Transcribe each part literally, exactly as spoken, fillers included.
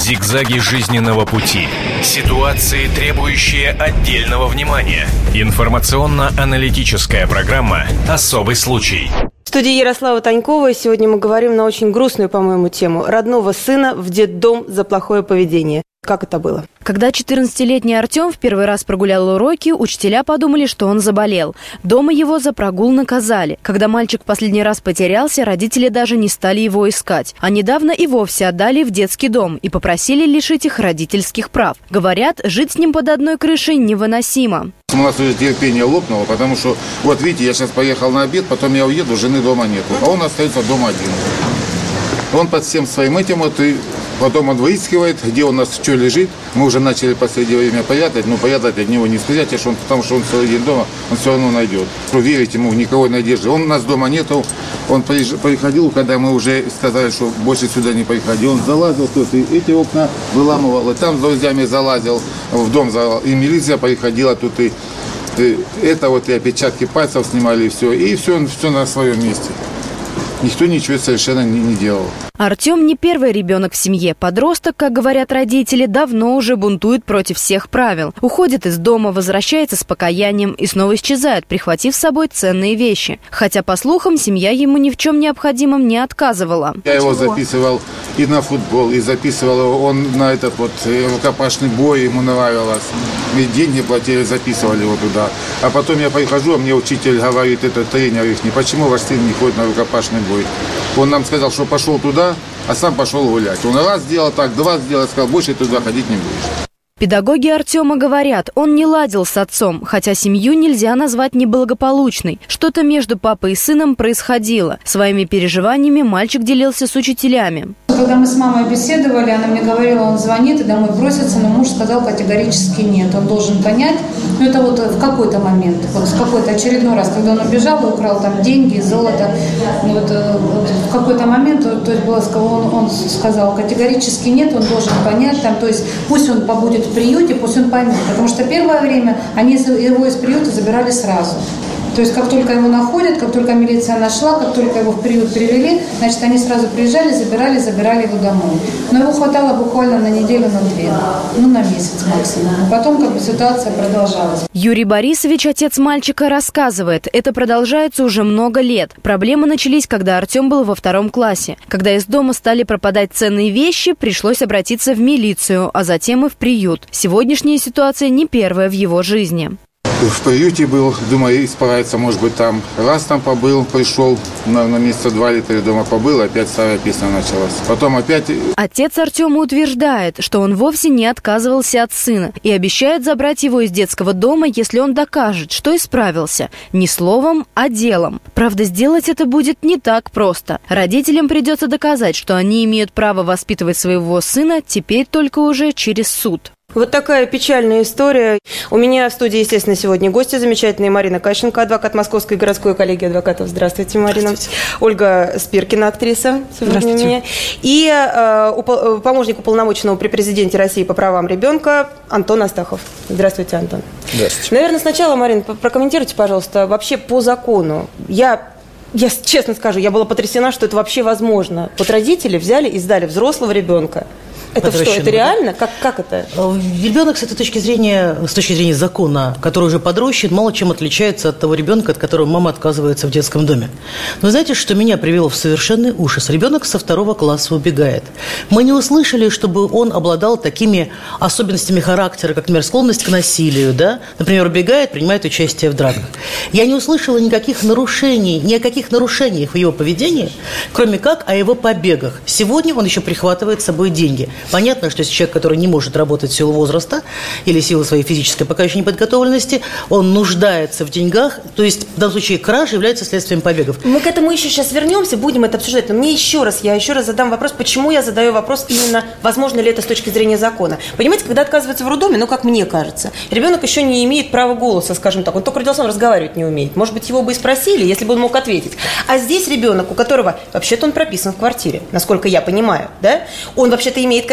Зигзаги жизненного пути. Ситуации, требующие отдельного внимания. Информационно-аналитическая программа «Особый случай». В студии Ярослава Танькова. Сегодня мы говорим на очень грустную, по-моему, тему. Родного сына в детдом за плохое поведение. Как это было? Когда четырнадцатилетний Артем в первый раз прогулял уроки, учителя подумали, что он заболел. Дома его за прогул наказали. Когда мальчик в последний раз потерялся, родители даже не стали его искать. А недавно и вовсе отдали в детский дом и попросили лишить их родительских прав. Говорят, жить с ним под одной крышей невыносимо. У нас уже терпение лопнуло, потому что, вот видите, я сейчас поехал на обед, потом я уеду, жены дома нету, а он остается дома один. Он под всем своим этим вот и потом он выискивает, где у нас что лежит. Мы уже начали в последнее время прятать, но прятать от него не спрятать, что он, потому что он целый день дома, он все равно найдет. Верить ему никакой надежды. Он у нас дома нету, он приходил, когда мы уже сказали, что больше сюда не приходил. Он залазил, то есть эти окна выламывал, и там с друзьями залазил, в дом залазил. И милиция приходила тут, и, и это вот и отпечатки пальцев снимали, и все, и все, все на своем месте. Никто ничего совершенно не, не делал. Артем не первый ребенок в семье. Подросток, как говорят родители, давно уже бунтует против всех правил. Уходит из дома, возвращается с покаянием и снова исчезает, прихватив с собой ценные вещи. Хотя, по слухам, семья ему ни в чем необходимом не отказывала. Я его записывал и на футбол, и записывал его, он на этот вот рукопашный бой, ему нравилось. И деньги платили, записывали его туда. А потом я прихожу, а мне учитель говорит, этот тренер их, почему ваш сын не ходит на рукопашный бой? Он нам сказал, что пошел туда, а сам пошел гулять. Он раз сделал так, два сделал, сказал, больше туда ходить не будешь. Педагоги Артема говорят, он не ладил с отцом, хотя семью нельзя назвать неблагополучной. Что-то между папой и сыном происходило. Своими переживаниями мальчик делился с учителями. Когда мы с мамой беседовали, она мне говорила, он звонит и домой бросится, но муж сказал категорически нет. Он должен понять, ну это вот в какой-то момент, вот в какой-то очередной раз, когда он убежал и украл там деньги, золото, вот, вот в какой-то момент, то есть было, он, он сказал категорически нет, он должен понять, там, то есть пусть он побудет в приюте, пусть он поймет, потому что первое время они его из приюта забирали сразу. То есть как только его находят, как только милиция нашла, как только его в приют привели, значит, они сразу приезжали, забирали, забирали его домой. Но его хватало буквально на неделю, на две, ну на месяц максимум. Потом как бы ситуация продолжалась. Юрий Борисович, отец мальчика, рассказывает, это продолжается уже много лет. Проблемы начались, когда Артем был во втором классе. Когда из дома стали пропадать ценные вещи, пришлось обратиться в милицию, а затем и в приют. Сегодняшняя ситуация не первая в его жизни. В приюте был, думаю, исправиться, может быть, там. Раз там побыл, пришел, на, на месяца два или три дома побыл, опять старая песня началась. Потом опять... Отец Артема утверждает, что он вовсе не отказывался от сына и обещает забрать его из детского дома, если он докажет, что исправился. Не словом, а делом. Правда, сделать это будет не так просто. Родителям придется доказать, что они имеют право воспитывать своего сына теперь только уже через суд. Вот такая печальная история. У меня в студии, естественно, сегодня гости замечательные. Марина Кащенко, адвокат Московской городской коллегии адвокатов. Здравствуйте, Марина. Здравствуйте. Ольга Спиркина, актриса. Сегодня у меня. И э, упол- помощник уполномоченного при президенте России по правам ребенка Антон Астахов. Здравствуйте, Антон. Здравствуйте. Наверное, сначала, Марина, прокомментируйте, пожалуйста, вообще по закону. Я... Я честно скажу, я была потрясена, что это вообще возможно. Вот родители взяли и сдали взрослого ребенка. Это что, это реально? Как, как это? Ребенок с этой точки зрения, с точки зрения закона, который уже подрощен, мало чем отличается от того ребенка, от которого мама отказывается в детском доме. Но знаете, что меня привело в совершенный ужас? Ребенок со второго класса убегает. Мы не услышали, чтобы он обладал такими особенностями характера, как, например, склонность к насилию, да? Например, убегает, принимает участие в драках. Я не услышала никаких нарушений, ни о каких нарушениях в его поведении, кроме как о его побегах. Сегодня он еще прихватывает с собой деньги. Понятно, что если человек, который не может работать в силу возраста или в силу своей физической пока еще неподготовленности, он нуждается в деньгах, то есть в данном случае кража является следствием побегов. Мы к этому еще сейчас вернемся, будем это обсуждать. Но мне еще раз, я еще раз задам вопрос, почему я задаю вопрос именно, возможно ли это с точки зрения закона. Понимаете, когда отказывается в роддоме, ну, как мне кажется, ребенок еще не имеет права голоса, скажем так, он только родился, он разговаривать не умеет. Может быть, его бы и спросили, если бы он мог ответить. А здесь ребенок, у которого, вообще-то он прописан в квартире, насколько я понимаю, да, он вообще-то имеет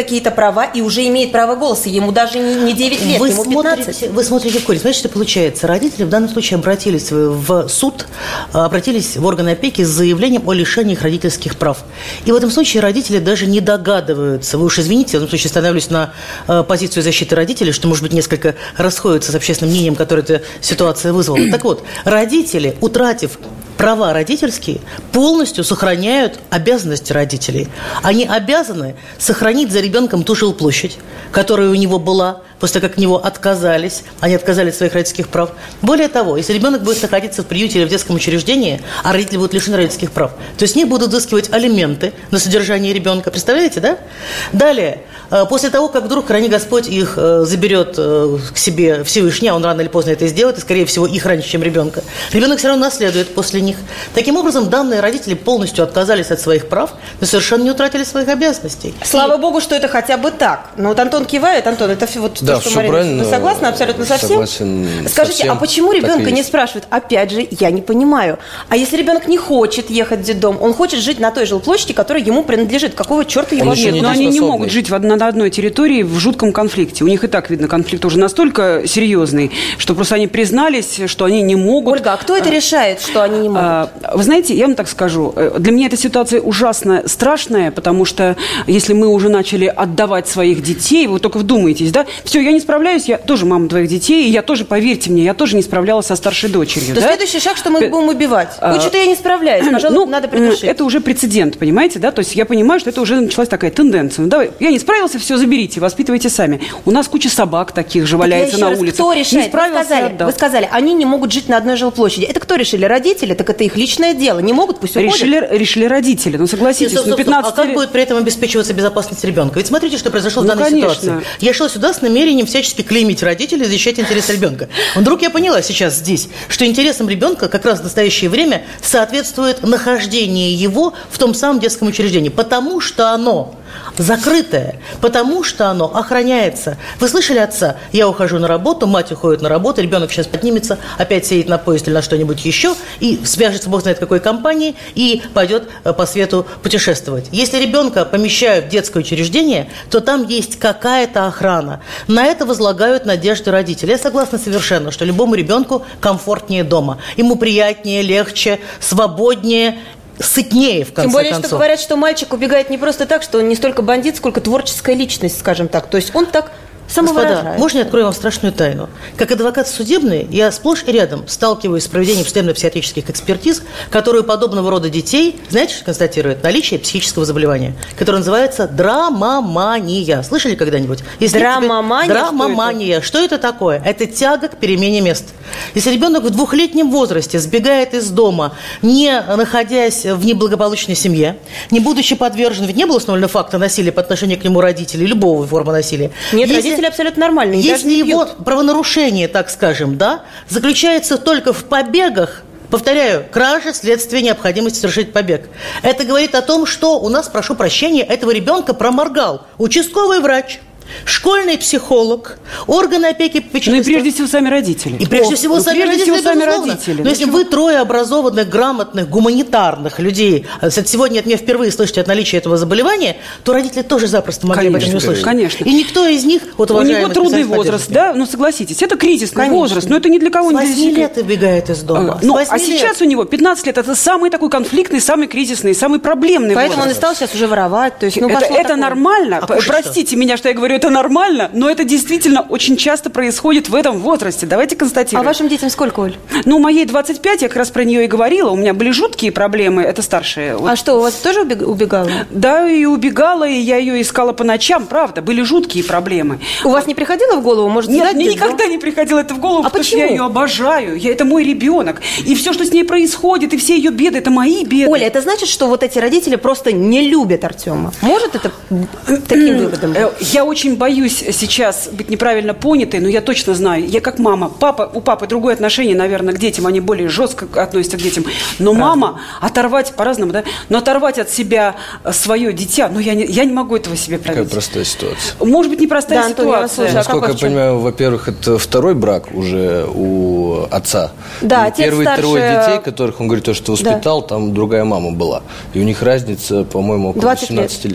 какие-то права и уже имеет право голоса. Ему даже не девять лет, вы ему пятнадцать. Смотрите, вы смотрите в корень. Смотрите, что получается. Родители в данном случае обратились в суд, обратились в органы опеки с заявлением о лишении их родительских прав. И в этом случае родители даже не догадываются. Вы уж извините, в этом случае становлюсь на позицию защиты родителей, что, может быть, несколько расходится с общественным мнением, которое эта ситуация вызвала. Так вот, родители, утратив права родительские, полностью сохраняют обязанности родителей. Они обязаны сохранить за ребенком ту жилплощадь, которая у него была, после того, как от него отказались, они отказались от своих родительских прав. Более того, если ребенок будет находиться в приюте или в детском учреждении, а родители будут лишены родительских прав, то с них будут взыскивать алименты на содержание ребенка. Представляете, да? Далее, после того, как вдруг, храни Господь, их заберет к себе Всевышний, а он рано или поздно это сделает, и, скорее всего, их раньше, чем ребенка, ребенок все равно наследует после них. Таким образом, данные родители полностью отказались от своих прав, но совершенно не утратили своих обязанностей. Слава и... Богу, что это хотя бы так. Но вот Антон кивает. Антон, это все вот да, то, что Марина... Вы согласны абсолютно со всем? Скажите, совсем а почему ребенка не спрашивают? Опять же, я не понимаю. А если ребенок не хочет ехать в детдом, он хочет жить на той жилплощади, которая ему принадлежит, какого черта его нет? Но они не могут жить в, на одной территории в жутком конфликте. У них и так, видно, конфликт уже настолько серьезный, что просто они признались, что они не могут. Ольга, а кто это решает, что они не могут? А, вы знаете, я вам так скажу, для меня эта ситуация ужасно страшная, потому что если мы уже начали отдавать своих детей, вы только вдумаетесь, да? Все, я не справляюсь, я тоже мама двоих детей, и я тоже, поверьте мне, я тоже не справлялась со старшей дочерью. То да? следующий шаг, что мы их будем убивать. А, что-то я не справляюсь, пожалуйста, ну, надо придушить. Это уже прецедент, понимаете, да? То есть я понимаю, что это уже началась такая тенденция. Ну, давай, я не справился, все, заберите, воспитывайте сами. У нас куча собак таких же валяется на улице. Кто решает? Не справился, вы сказали, вы сказали, они не могут жить на одной жилплощади. Это кто решили? Родители? Так это их личное дело. Не могут, пусть уходят. Решили, решили родители. Ну, согласитесь, стоп, ну, пятнадцать А как будет при этом обеспечиваться безопасность ребенка? Ведь смотрите, что произошло ну, в данной конечно. ситуации. Я шла сюда с намерением всячески клеймить родителей и защищать интересы ребенка. Вдруг я поняла сейчас здесь, что интересам ребенка как раз в настоящее время соответствует нахождение его в том самом детском учреждении, потому что оно закрытое, потому что оно охраняется. Вы слышали отца? Я ухожу на работу, мать уходит на работу, ребенок сейчас поднимется, опять сядет на поезд или на что-нибудь еще и свяжется, бог знает какой компании, и пойдет по свету путешествовать. Если ребенка помещают в детское учреждение, то там есть какая-то охрана. На это возлагают надежды родителей. Я согласна совершенно, что любому ребенку комфортнее дома. Ему приятнее, легче, свободнее, сытнее, в конце концов. Тем более, концов. что говорят, что мальчик убегает не просто так, что он не столько бандит, сколько творческая личность, скажем так. То есть он так самовыражается. Господа, можно я открою вам страшную тайну? Как адвокат судебный, я сплошь и рядом сталкиваюсь с проведением судебно-психиатрических экспертиз, которые подобного рода детей, знаете, что констатируют? Наличие психического заболевания, которое называется драмомания. Слышали когда-нибудь? Если драмомания? Тебе... Драмомания. Что это? Что это такое? Это тяга к перемене мест. Если ребенок в двухлетнем возрасте сбегает из дома, не находясь в неблагополучной семье, не будучи подвержен, ведь не было установлено факта насилия по отношению к нему родителей, любого формы насилия. Нет, если, родители абсолютно нормальные. Если его правонарушение, так скажем, да, заключается только в побегах, повторяю, кража вследствие необходимости совершить побег. Это говорит о том, что у нас, прошу прощения, этого ребенка проморгал участковый врач, школьный психолог, органы опеки попечительства. Ну и прежде всего сами родители. И прежде всего ну, сами прежде родители, всего сами безусловно. родители. Но ну, если чего? вы трое образованных, грамотных, гуманитарных людей, сегодня от меня впервые слышите от наличия этого заболевания, то родители тоже запросто могли об этом не услышать. Конечно. И никто из них, вот, у него трудный возраст, да, ну согласитесь, это кризисный конечно. возраст, но это ни для кого не с восьми лет убегает из дома. Ну, а лет. Сейчас у него пятнадцать лет, это самый такой конфликтный, самый кризисный, самый проблемный Поэтому возраст. он и стал сейчас уже воровать. То есть, ну, это это нормально, а простите что? меня, что я говорю, это нормально, но это действительно очень часто происходит в этом возрасте. Давайте констатируем. А вашим детям сколько, Оль? Ну, моей двадцать пять, я как раз про нее и говорила. У меня были жуткие проблемы, это старшая. А что, у вас тоже убегала? Да, и убегала, и я ее искала по ночам, правда. Были жуткие проблемы. У вас не приходило в голову? Может, Нет, мне никогда не приходило это в голову, а потому почему? что я ее обожаю. Я, это мой ребенок. И все, что с ней происходит, и все ее беды, это мои беды. Оля, это значит, что вот эти родители просто не любят Артема? Может это таким выводом? Я очень боюсь сейчас быть неправильно понятой, но я точно знаю, я как мама, папа, у папы другое отношение, наверное, к детям, они более жестко относятся к детям, но Правда. мама оторвать, по-разному, да, но оторвать от себя свое дитя, ну я не, я не могу этого себе представить. Какая простая ситуация. Может быть, непростая да, ситуация. Антон, Насколько я понимаю, во-первых, это второй брак уже у отца. Да, и отец первые старше... трое детей, которых он говорит, то, что воспитал, да. там другая мама была. И у них разница, по-моему, около восемнадцати лет.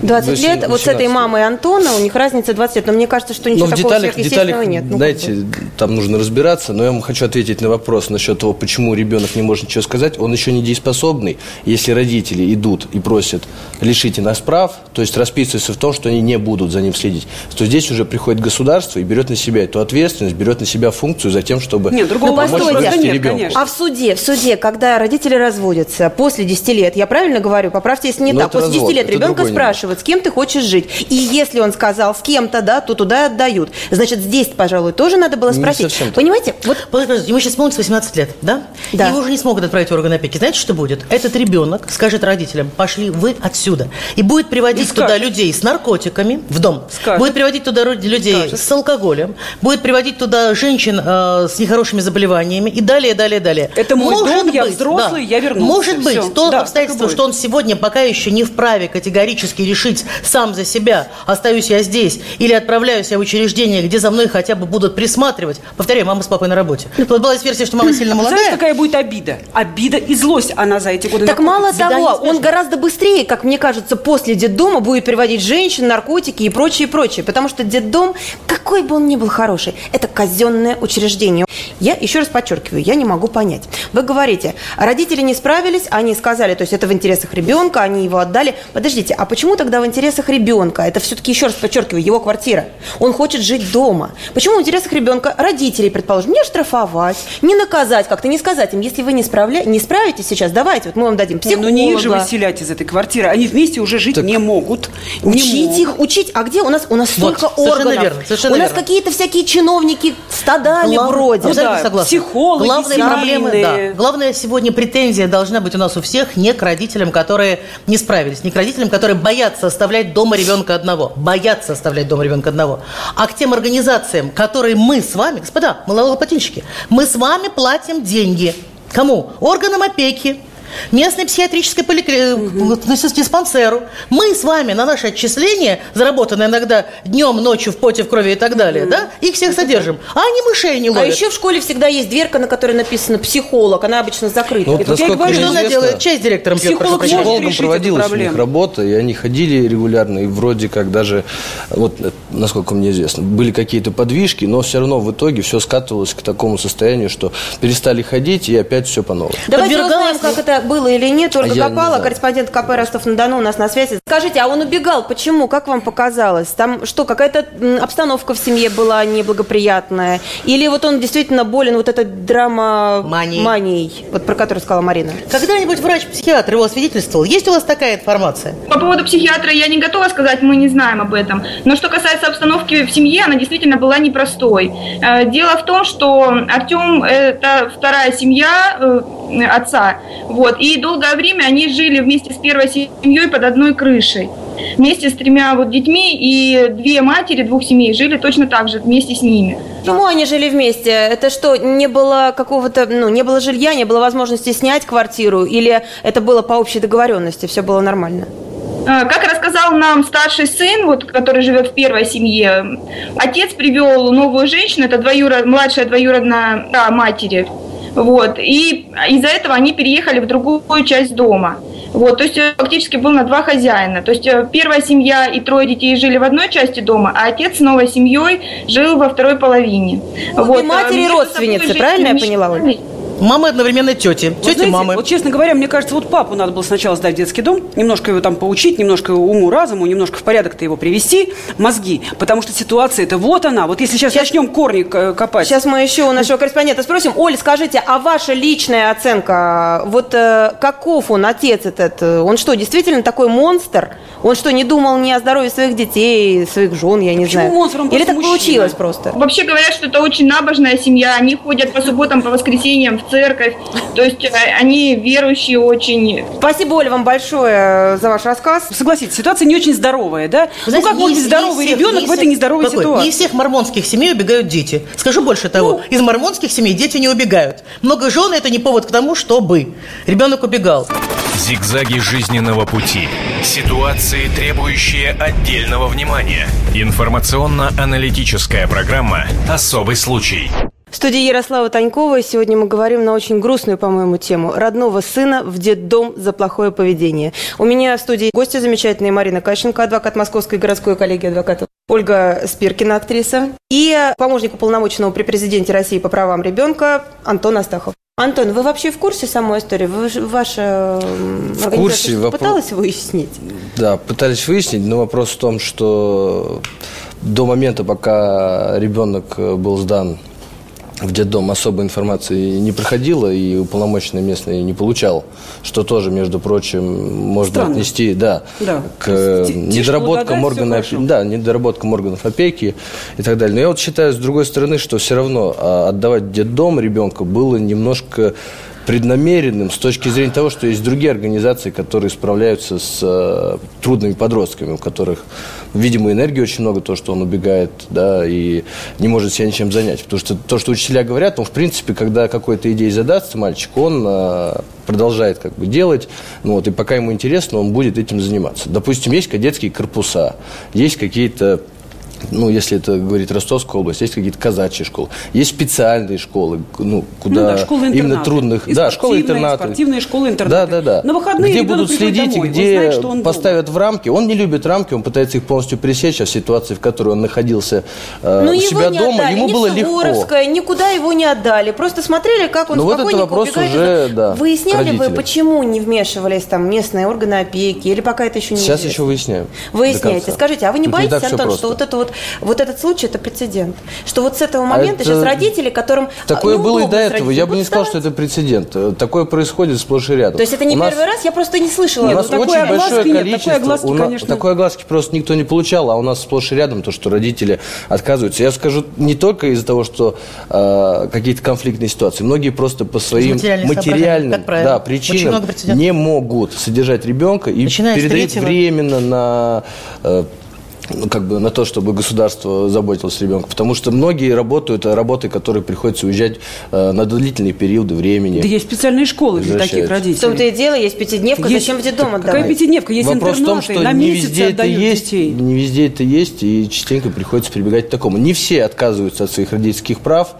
двадцать лет, вот с этой мамой Антона, у них разница двадцать лет, но мне кажется, что ничего но такого деталях, сверхъестественного нет. Ну, знаете, как бы. там нужно разбираться, но я вам хочу ответить на вопрос насчет того, почему ребенок не может ничего сказать. Он еще недееспособный. Если родители идут и просят лишите нас прав, то есть расписываются в том, что они не будут за ним следить, то здесь уже приходит государство и берет на себя эту ответственность, берет на себя функцию за тем, чтобы нет, другого ну, помочь вырасти ребенку. А в суде, в суде, когда родители разводятся после десяти лет, я правильно говорю, поправьте, если не но так, после развод, десяти лет ребенка спрашивают, с кем ты хочешь жить. И если он сказал с кем-то, да, то туда отдают. Значит, здесь, пожалуй, тоже надо было спросить. Понимаете? Вот, подождите, ему сейчас исполнится восемнадцать лет, да? Да. Его уже не смогут отправить в органы опеки. Знаете, что будет? Этот ребенок скажет родителям: пошли вы отсюда. И будет приводить и туда людей с наркотиками в дом. Скажет. Будет приводить туда людей Скажет. с алкоголем. Будет приводить туда женщин э, с нехорошими заболеваниями. И далее, далее, далее. Это мой Может дом, быть, я взрослый, да, я вернулся. Может быть, Все. то Да, обстоятельство, что он сегодня пока еще не вправе категорически решить сам за себя, остаюсь я здесь или отправляюсь я в учреждение, где за мной хотя бы будут присматривать. Повторяю, мама с папой на работе. Вот была версия, что мама сильно молодая. Знаете, какая будет обида? Обида и злость она за эти годы. Так мало Беда того, неизбежна. он гораздо быстрее, как мне кажется, после детдома будет приводить женщин, наркотики и прочее, прочее. Потому что детдом, какой бы он ни был хороший, это казенное учреждение. Я еще раз подчеркиваю, я не могу понять. Вы говорите, родители не справились, они сказали, то есть это в интересах ребенка, они его отдали. Подождите, а почему тогда в интересах ребенка? Это все-таки, еще раз подчеркиваю, его квартира. Он хочет жить дома. Почему в интересах ребенка родителей, предположим, не оштрафовать, не наказать как-то, не сказать им, если вы не, справля... не справитесь сейчас, давайте, вот мы вам дадим психолога. Ну не их же выселять из этой квартиры. Они вместе уже жить так не могут. Учить не могут. их, учить. А где у нас? У нас Вот, столько совершенно органов. верно, совершенно у нас верно. какие-то всякие чиновники стадами Глав- бродят. Абсолютно Да, согласна. психологи, Главная проблема, семейные. да. Главная сегодня претензия должна быть у нас у всех не к родителям, которые не справились, не к родителям, которые боятся оставлять дома ребенка одного, боятся оставлять дома ребенка одного, а к тем организациям, которые мы с вами, господа, мы налогоплательщики, мы с вами платим деньги. Кому? Органам опеки, местной психиатрической поликли... угу. диспансеру. Мы с вами на наше отчисление, заработанное иногда днем, ночью, в поте, в крови и так далее, угу. да, их всех содержим. А они мышей не ловят. А еще в школе всегда есть дверка, на которой написано «психолог». Она обычно закрыта. Ну, И вот, я говорю, что она делает? Чай с директором пьет, прошу прощения. Психологом проводилась у них работа, и они ходили регулярно, и вроде как даже, вот насколько мне известно, были какие-то подвижки, но все равно в итоге все скатывалось к такому состоянию, что перестали ходить, и опять все по новой. Давайте узнаем, как это было или нет. Ольга Я Копала, корреспондент ка пэ Ростов-на-Дону, у нас на связи. Скажите, а он убегал? Почему? Как вам показалось? Там что, какая-то обстановка в семье была неблагоприятная? Или вот он действительно болен вот этой драма... Манией. Манией, вот про которую сказала Марина? Когда-нибудь врач-психиатр его освидетельствовал? Есть у вас такая информация? По поводу психиатра я не готова сказать, мы не знаем об этом. Но что касается обстановки в семье, она действительно была непростой. Дело в том, что Артем – это вторая семья отца. Вот, и долгое время они жили вместе с первой семьей под одной крышей. Вместе с тремя вот детьми, и две матери двух семей жили точно так же вместе с ними. Почему они жили вместе? Это что, не было какого-то, ну, не было жилья, не было возможности снять квартиру? Или это было по общей договоренности, все было нормально? Как рассказал нам старший сын, вот, который живет в первой семье, отец привел новую женщину, это двоюрод, младшая двоюродная да, матери. Вот, и из-за этого они переехали в другую часть дома. Вот, то есть фактически был на два хозяина. То есть первая семья и трое детей жили в одной части дома, а отец с новой семьей жил во второй половине. Вот, и матери родственницы, правильно я поняла, Оль? Мамы одновременно тети, Вот тети знаете, мамы. Вот, честно говоря, мне кажется, вот папу надо было сначала сдать в детский дом, немножко его там поучить, немножко уму, разуму, немножко в порядок-то его привести, мозги, потому что ситуация-то вот она. Вот если сейчас, сейчас начнем корни копать. Сейчас мы еще у нашего корреспондента спросим. Оль, скажите, а ваша личная оценка, вот э, каков он, отец этот, он что, действительно такой монстр? Он что, не думал ни о здоровье своих детей, своих жен, я не Почему знаю? монстр? Он Или так мужчина. получилось просто? Вообще говорят, что это очень набожная семья, они ходят по субботам, по воскресеньям в церковь, то есть они верующие очень. Спасибо, Оля, вам большое за ваш рассказ. Согласитесь, ситуация не очень здоровая, да? Вы знаете, ну как может быть здоровый всех, ребенок не в этой всех, нездоровой какой? ситуации? Не из всех мормонских семей убегают дети. Скажу больше того, Ну, из мормонских семей дети не убегают. Много жен – это не повод к тому, чтобы ребенок убегал. Зигзаги жизненного пути. Ситуации, требующие отдельного внимания. Информационно-аналитическая программа «Особый случай». В студии Ярослава Танькова, и сегодня мы говорим на очень грустную, по-моему, тему. Родного сына в детдом за плохое поведение. У меня в студии гости замечательные: Марина Кащенко, адвокат Московской городской коллегии адвокатов, Ольга Спиркина, актриса, и помощник уполномоченного при президенте России по правам ребенка Антон Астахов. Антон, вы вообще в курсе самой истории? Вы, ваша в организация курсе, пыталась воп... выяснить? Да, пытались выяснить, но вопрос в том, что до момента, пока ребенок был сдан в детдом, особой информации не проходило, и уполномоченный местный не получал, что тоже, между прочим, можно Странно. отнести да, да. к недоработкам органов, да, недоработкам органов опеки и так далее. Но я вот считаю, с другой стороны, что все равно отдавать в детдом ребенка было немножко преднамеренным с точки зрения того, что есть другие организации, которые справляются с э, трудными подростками, у которых, видимо, энергии очень много, то, что он убегает, да, и не может себя ничем занять. Потому что то, что учителя говорят, он, в принципе, когда какой-то идеей задастся мальчик, он э, продолжает как бы делать, ну, вот, и пока ему интересно, он будет этим заниматься. Допустим, есть кадетские корпуса, есть какие-то, ну, если это говорить Ростовская область, есть какие-то казачьи школы, есть специальные школы, ну, куда ну, да, именно трудных, и да, школы-интернаты, спортивные школы-интернаты, да, да, да, на выходные где будут следить, домой, где знает, поставят дома. В рамки. Он не любит рамки, он пытается их полностью пересечь, а в ситуации, в которой он находился э, у себя дома, отдали, ему ни было в легко. Никуда его не отдали, просто смотрели, как он ну, спокойненько вот убегает. Уже, да, выясняли вы, почему не вмешивались там местные органы опеки, или пока это еще не Сейчас известно? еще выясняем. Выясняете. Скажите, а вы не Тут боитесь, не Антон, что вот это вот, вот этот случай, это прецедент. Что вот с этого момента а сейчас родители, которым такое было и до этого. Я бы не сказал, вставать. что это прецедент. Такое происходит сплошь и рядом. То есть это не у первый нас, раз? Я просто не слышала. У нас такой очень большое нет, количество. Такой огласки, у нас, конечно. Такой огласки просто никто не получал, а у нас сплошь и рядом то, что родители отказываются. Я скажу, не только из-за того, что э, какие-то конфликтные ситуации. Многие просто по своим материальным да, причинам не могут содержать ребенка и передают временно на... Э, как бы на то, чтобы государство заботилось о ребенке. Потому что многие работают работы, которые приходится уезжать э, на длительные периоды времени. Да есть специальные школы для таких родителей. В том-то и дело, есть пятидневка, есть, зачем в детдом отдавать? Какая пятидневка? Есть Вопрос интернаты, в том, что на не месяц везде это есть, детей. Не везде это есть, и частенько приходится прибегать к такому. Не все отказываются от своих родительских прав,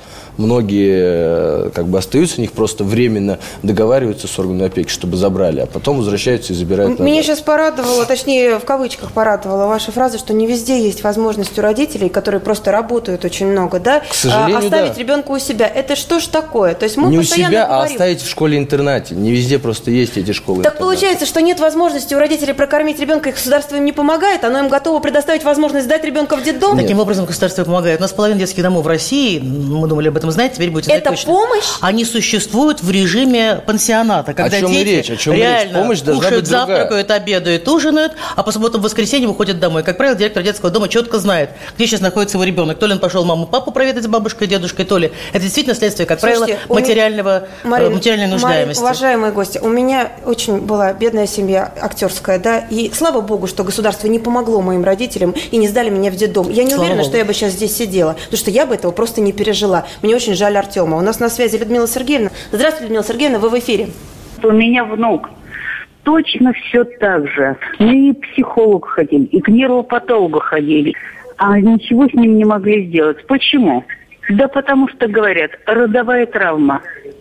многие как бы остаются, у них просто временно договариваются с органами опеки, чтобы забрали, а потом возвращаются и забирают назад. Меня сейчас порадовало, точнее, в кавычках порадовала ваша фраза, что не везде есть возможность у родителей, которые просто работают очень много, да, к сожалению, оставить да. ребенка у себя. Это что ж такое? То есть мы не у постоянно себя, говорим... а оставить в школе-интернате. Не везде просто есть эти школы. Так получается, что нет возможности у родителей прокормить ребенка, и государство им не помогает, оно им готово предоставить возможность сдать ребенка в детдом? Таким образом государство помогает. У нас половина детских домов в России, мы думали об этом знать, теперь будете знать это точно. Помощь? Они существуют в режиме пансионата, когда о чем дети речь? О чем реально речь? Помощь должна кушают, быть другая. завтракают, обедают, ужинают, а по субботам, в воскресенье выходят домой. Как правило, директор детского дома четко знает, где сейчас находится его ребенок. То ли он пошел маму, папу проведать с бабушкой, дедушкой, то ли. Это действительно следствие, как Слушайте, правило, материального, Марин, материальной нуждаемости. Марин, уважаемые гости, у меня очень была бедная семья актерская, да, и слава богу, что государство не помогло моим родителям и не сдали меня в детдом. Я не слава уверена, богу. что я бы сейчас здесь сидела, потому что я бы этого просто не пережила. Мне очень жаль Артема. У нас на связи Людмила Сергеевна. Здравствуйте, Людмила Сергеевна, вы в эфире. У меня внук. Точно все так же. Мы и к психологу ходили, и к нейропатологу ходили. А ничего с ним не могли сделать. Почему? Да потому что, говорят, родовая травма.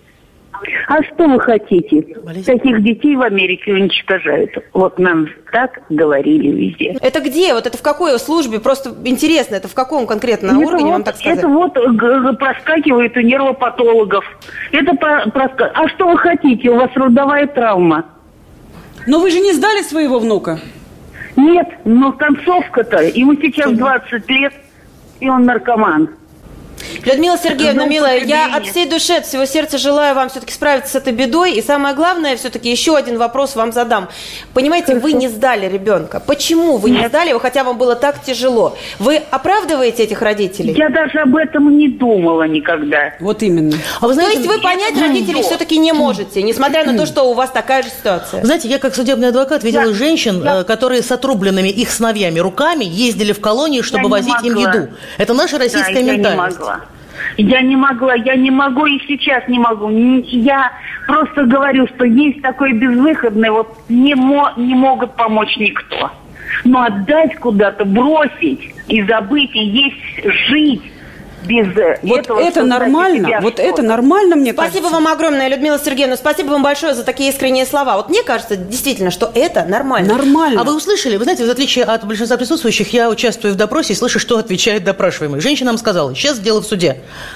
А что вы хотите? Таких детей в Америке уничтожают. Вот нам так говорили везде. Это где? Вот это в какой службе? Просто интересно, это в каком конкретно это органе, вот, вам так сказать? Это вот г- проскакивает у нервопатологов. Это про- проска... А что вы хотите? У вас родовая травма. Но вы же не сдали своего внука? Нет, но концовка-то. Ему сейчас двадцать лет, и он наркоман. Людмила Сергеевна, милая, я от всей души, от всего сердца желаю вам все-таки справиться с этой бедой. И самое главное, все-таки еще один вопрос вам задам. Понимаете, Хорошо. Вы не сдали ребенка. Почему вы Нет. не сдали его, хотя вам было так тяжело? Вы оправдываете этих родителей? Я даже об этом не думала никогда. Вот именно. А вы знаете, то есть вы понять родителей все-таки не можете, несмотря на то, что у вас такая же ситуация? Знаете, я как судебный адвокат видела да. женщин, да. которые с отрубленными их сыновьями руками ездили в колонии, чтобы я возить им еду. Это наша российская да, ментальность. Я не могла, я не могу и сейчас не могу. Я просто говорю, что есть такое безвыходное, вот не, мо, не могут помочь никто. Но отдать куда-то, бросить и забыть, и есть жить, без вот этого... это нормально, вот что-то. это нормально, мне Спасибо кажется. вам огромное, Людмила Сергеевна. Спасибо вам большое за такие искренние слова. Вот мне кажется, действительно, что это нормально. Нормально. А вы услышали? Вы знаете, в отличие от большинства присутствующих, я участвую в допросе и слышу, что отвечает допрашиваемый. Женщина нам сказала, сейчас дело в суде.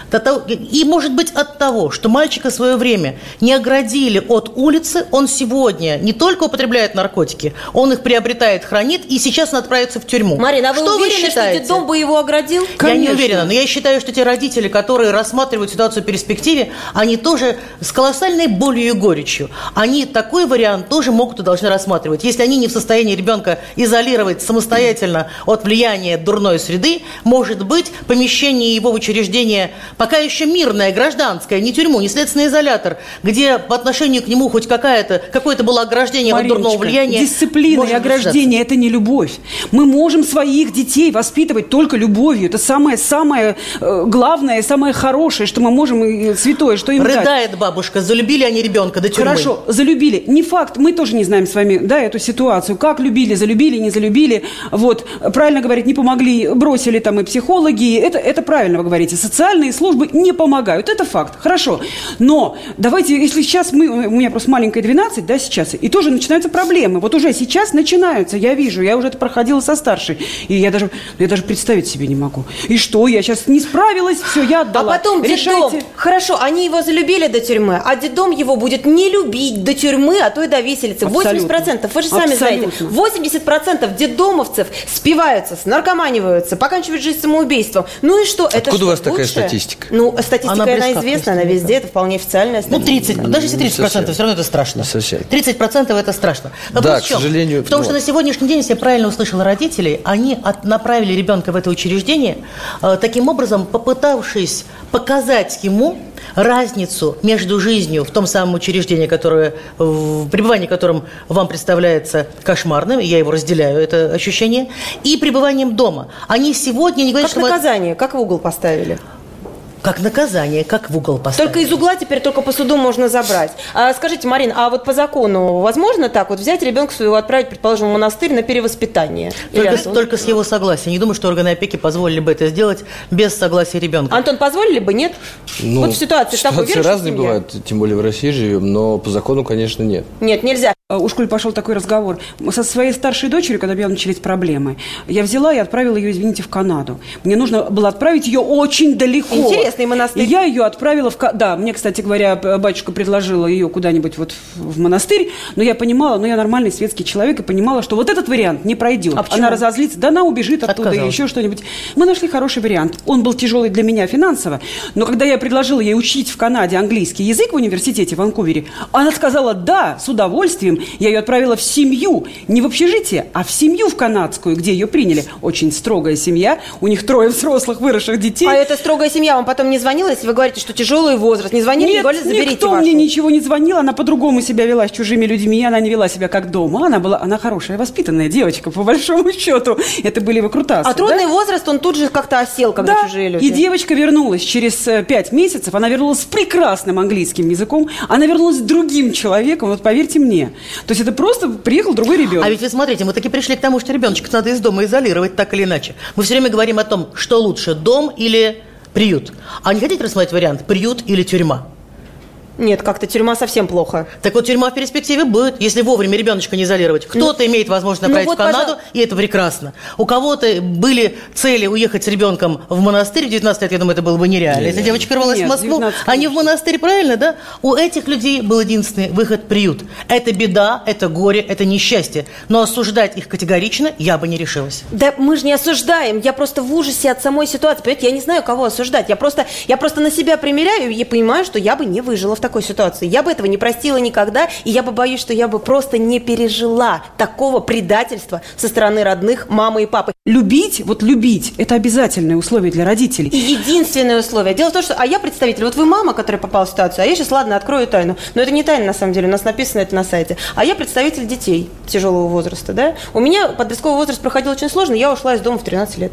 И, может быть, от того, что мальчика в свое время не оградили от улицы, он сегодня не только употребляет наркотики, он их приобретает, хранит, и сейчас он отправится в тюрьму. Марина, а вы что уверены, вы считаете? что детдом бы его оградил? Я не Конечно. уверена, но я считаю, что те родители, которые рассматривают ситуацию в перспективе, они тоже с колоссальной болью и горечью. Они такой вариант тоже могут и должны рассматривать. Если они не в состоянии ребенка изолировать самостоятельно от влияния дурной среды, может быть, помещение его в учреждение пока еще мирное, гражданское, не тюрьму, не следственный изолятор, где по отношению к нему хоть какая-то, какое-то было ограждение от дурного влияния. Дисциплина и ограждение – это не любовь. Мы можем своих детей воспитывать только любовью. Это самое-самое э, главное, самое хорошее, что мы можем, и святое, что им дать. Рыдает бабушка, залюбили они ребенка до тюрьмы. Хорошо, залюбили. Не факт, мы тоже не знаем с вами, да, эту ситуацию. Как любили, залюбили, не залюбили. Вот, правильно говорить, не помогли, бросили там и психологи. Это, это правильно вы говорите. Социальные службы не помогают. Это факт. Хорошо. Но давайте, если сейчас мы, у меня просто маленькая двенадцать, да, сейчас, и тоже начинаются проблемы. Вот уже сейчас начинаются, я вижу, я уже это проходила со старшей. И я даже, я даже представить себе не могу. И что, я сейчас не справилась, все, я отдала. А потом детдом. Хорошо, они его залюбили до тюрьмы, а детдом его будет не любить до тюрьмы, а то и до виселицы. восемьдесят процентов, вы же сами Абсолютно. знаете, восемьдесят процентов детдомовцев спиваются, снаркоманиваются, поканчивают жизнь самоубийством. Ну и что? Это Откуда что, у вас такая лучшее? статистика? Ну, статистика, Она она, близка, известна, она просто, везде, это вполне официальная Ну, статистика. тридцать, даже если тридцать процентов, все равно это страшно. Не совсем. тридцать процентов это страшно. Вопрос Да, в к чем? сожалению, В том, что вот. на сегодняшний день, если я правильно услышала родителей, они от, направили ребенка в это учреждение, э, таким образом попытавшись показать ему разницу между жизнью в том самом учреждении, которое, в пребывании в котором вам представляется кошмарным, и я его разделяю, это ощущение, и пребыванием дома. Они сегодня не говорят, Как что мы- наказание, как в угол поставили. Как наказание, как в угол поставить. Только из угла теперь только по суду можно забрать. А, скажите, Марин, а вот по закону возможно так вот взять ребенка своего, отправить, предположим, в монастырь на перевоспитание? Только, Или с- только с его согласия. Не думаю, что органы опеки позволили бы это сделать без согласия ребенка. Антон, позволили бы, нет? Ну, вот в ситуации такой, ситуации веришь, разные в семье? бывают, тем более в России живем, но по закону, конечно, нет. Нет, нельзя. У школы пошел такой разговор. Со своей старшей дочерью, когда у меня начались проблемы, я взяла и отправила ее, извините, в Канаду. Мне нужно было отправить ее очень далеко. Интересный монастырь. И я ее отправила в... Ка- Да, мне, кстати говоря, батюшка предложила ее куда-нибудь вот в монастырь, но я понимала, ну я нормальный светский человек, и понимала, что вот этот вариант не пройдет. А почему? Она разозлится, да она убежит оттуда или Отказалась. еще что-нибудь. Мы нашли хороший вариант. Он был тяжелый для меня финансово, но когда я предложила ей учить в Канаде английский язык в университете в Ванкувере, она сказала «да», с удовольствием. Я ее отправила в семью, не в общежитие, а в семью в канадскую, где ее приняли. Очень строгая семья, у них трое взрослых выросших детей. А эта строгая семья вам потом не звонила, если вы говорите, что тяжелый возраст? Не звонили, не Нет, говорили, заберите никто вашу? мне ничего не звонил, она по-другому себя вела с чужими людьми, она не вела себя как дома, она была, она хорошая, воспитанная девочка, по большому счету. Это были выкрутасы. А трудный да? возраст, он тут же как-то осел, когда Да, чужие люди. и девочка вернулась через э, пять месяцев, она вернулась с прекрасным английским языком, она вернулась с другим человеком, вот поверьте мне. То есть это просто приехал другой ребенок. А ведь вы смотрите, мы таки пришли к тому, что ребеночка надо из дома изолировать так или иначе. Мы все время говорим о том, что лучше, дом или приют. А не хотите рассмотреть вариант приют или тюрьма? Нет, как-то тюрьма совсем плохо. Так вот, тюрьма в перспективе будет, если вовремя ребеночка не изолировать. Кто-то Ну, имеет возможность ну направить вот, в Канаду, пожалуйста. и это прекрасно. У кого-то были цели уехать с ребенком в монастырь в девятнадцать лет, я думаю, это было бы нереально. Если девочка рвалась Нет, в Москву, девятнадцать, а не в монастырь, правильно, да? У этих людей был единственный выход – приют. Это беда, это горе, это несчастье. Но осуждать их категорично я бы не решилась. Да мы же не осуждаем, я просто в ужасе от самой ситуации. Понимаете, я не знаю, кого осуждать. Я просто, я просто на себя примеряю и понимаю, что я бы не выжила в такой ситуации. Я бы этого не простила никогда, и я бы боюсь, что я бы просто не пережила такого предательства со стороны родных, мамы и папы. Любить, вот любить, это обязательное условие для родителей. И единственное условие. Дело в том, что, а я представитель, вот вы мама, которая попала в ситуацию, а я сейчас, ладно, открою тайну, но это не тайна на самом деле, у нас написано это на сайте, а я представитель детей тяжелого возраста, да? У меня подростковый возраст проходил очень сложно, я ушла из дома в тринадцать лет.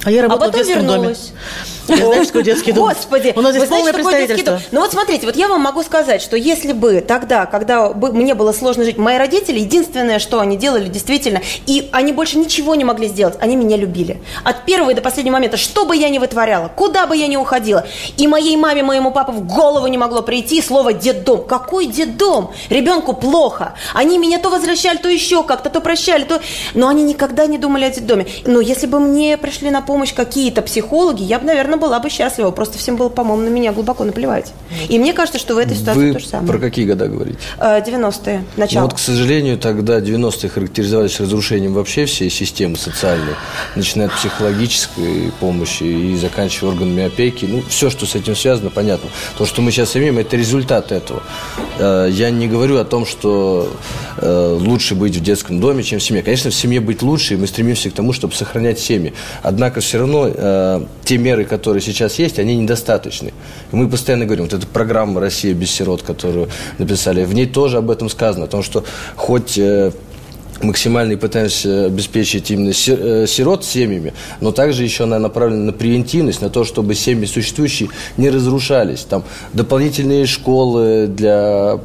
А я работала а потом в детском вернулась. доме. Знаешь, что детский дом? Господи, у нас здесь вы знаете, полное что такое детский представительство. дом? Ну вот смотрите, вот я вам могу сказать, что если бы тогда, когда бы мне было сложно жить, мои родители, единственное, что они делали действительно, и они больше ничего не могли сделать, они меня любили. От первого и до последнего момента, что бы я ни вытворяла, куда бы я ни уходила, и моей маме, моему папе в голову не могло прийти слово «детдом». Какой детдом? Ребенку плохо. Они меня то возвращали, то еще как-то, то прощали, то... Но они никогда не думали о детдоме. Но если бы мне пришли на помощь какие-то психологи, я бы, наверное, была бы счастлива. Просто всем было, по-моему, на меня глубоко наплевать. И мне кажется, что в этой ситуации Вы то же самое. про какие года говорите? девяностые, начало. Ну, вот, к сожалению, тогда девяностые характеризовались разрушением вообще всей системы социальной, начиная от психологической помощи и заканчивая органами опеки. Ну, все, что с этим связано, понятно. То, что мы сейчас имеем, это результат этого. Я не говорю о том, что лучше быть в детском доме, чем в семье. Конечно, в семье быть лучше, и мы стремимся к тому, чтобы сохранять семьи. Однако все равно те меры, которые сейчас есть, они недостаточны. И мы постоянно говорим, вот эта программа «Россия без сирот», которую написали, в ней тоже об этом сказано, о том, что хоть максимально пытаемся обеспечить именно сирот семьями, но также еще она направлена на превентивность, на то, чтобы семьи существующие не разрушались. Там дополнительные школы для...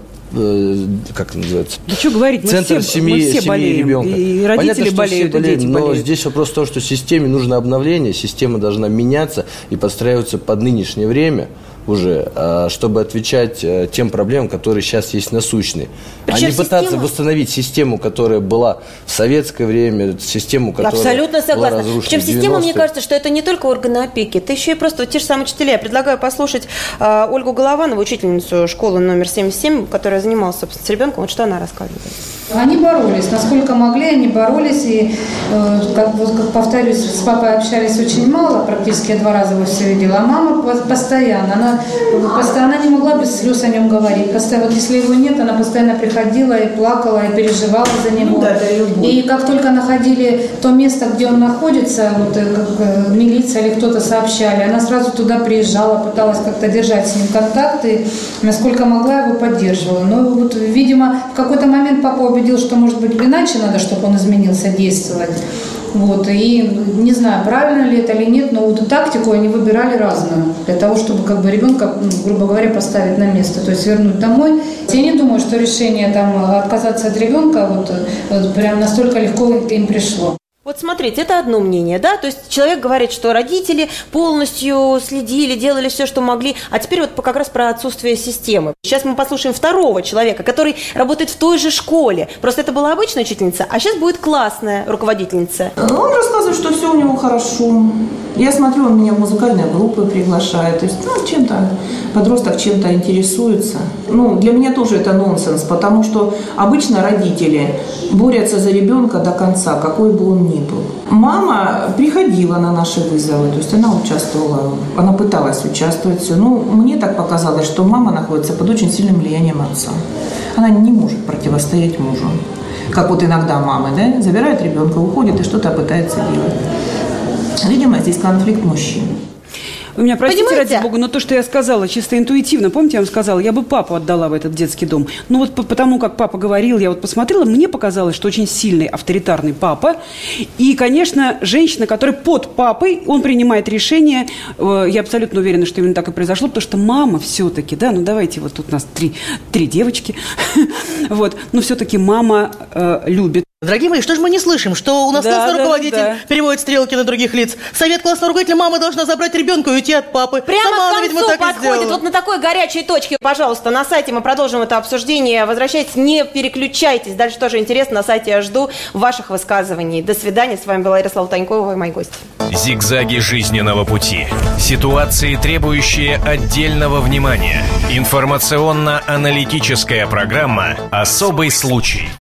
как это называется? Да что говорить, мы Центр все, семьи, мы все семьи болеем, ребенка. И родители Понятно, что болеют, все и болеют, дети но болеют. здесь вопрос в том, что системе нужно обновление, система должна меняться и подстраиваться под нынешнее время уже, чтобы отвечать тем проблемам, которые сейчас есть насущные. Причем а не пытаться система... восстановить систему, которая была в советское время, систему, которая Абсолютно согласна. была разрушена Причем в система, девяностые. мне кажется, что это не только органы опеки, это еще и просто вот те же самые учителя. Я предлагаю послушать э, Ольгу Голованову, учительницу школы номер семьдесят семь, которая занималась, собственно, с ребенком. Вот что она рассказывает. Они боролись, насколько могли, они боролись, и, э, как, вот, как повторюсь, с папой общались очень мало, практически я два раза его все видела, а мама постоянно, она, постоянно, она не могла без слез о нем говорить, постоянно, вот если его нет, она постоянно приходила и плакала, и переживала за него. Ну, да, и как только находили то место, где он находится, вот, как милиция или кто-то сообщали, она сразу туда приезжала, пыталась как-то держать с ним контакты, насколько могла, его поддерживала. Но вот, видимо, в какой-то момент папа убедил, что, может быть, иначе надо, чтобы он изменился, действовать. Вот. И не знаю, правильно ли это или нет, но вот тактику они выбирали разную для того, чтобы как бы ребенка, ну, грубо говоря, поставить на место, то есть вернуть домой. Я не думаю, что решение там отказаться от ребенка вот, вот прям настолько легко им пришло. Вот смотрите, это одно мнение, да, то есть человек говорит, что родители полностью следили, делали все, что могли, а теперь вот как раз про отсутствие системы. Сейчас мы послушаем второго человека, который работает в той же школе, просто это была обычная учительница, а сейчас будет классная руководительница. Он рассказывает, что все у него хорошо. Я смотрю, он меня в музыкальные группы приглашает, то есть, ну, чем-то, подросток чем-то интересуется. Ну, для меня тоже это нонсенс, потому что обычно родители борются за ребенка до конца, какой бы он ни был. Мама приходила на наши вызовы, то есть она участвовала, она пыталась участвовать, все. Ну, мне так показалось, что мама находится под очень сильным влиянием отца. Она не может противостоять мужу. Как вот иногда мамы, да, забирают ребенка, уходят и что-то пытается делать. Видимо, здесь конфликт мужчин. Вы меня простите, Понимаете? ради бога, но то, что я сказала, чисто интуитивно, помните, я вам сказала, я бы папу отдала в этот детский дом. Ну вот по- потому, как папа говорил, я вот посмотрела, мне показалось, что очень сильный авторитарный папа. И, конечно, женщина, которая под папой, он принимает решение, э, я абсолютно уверена, что именно так и произошло, потому что мама все-таки, да, ну давайте, вот тут у нас три, три девочки, вот, но все-таки мама э, любит. Дорогие мои, что же мы не слышим? Что у нас Да, классный да, руководитель да. переводит стрелки на других лиц. Совет классного руководителя: мама должна забрать ребенка и уйти от папы. Прямо Сама к она, концу видимо, так и подходит. сделала. Вот на такой горячей точке, пожалуйста, на сайте мы продолжим это обсуждение. Возвращайтесь, не переключайтесь. Дальше тоже интересно. На сайте я жду ваших высказываний. До свидания. С вами была Ярослава Танькова и мои гости. Зигзаги жизненного пути. Ситуации, требующие отдельного внимания. Информационно-аналитическая программа «Особый случай».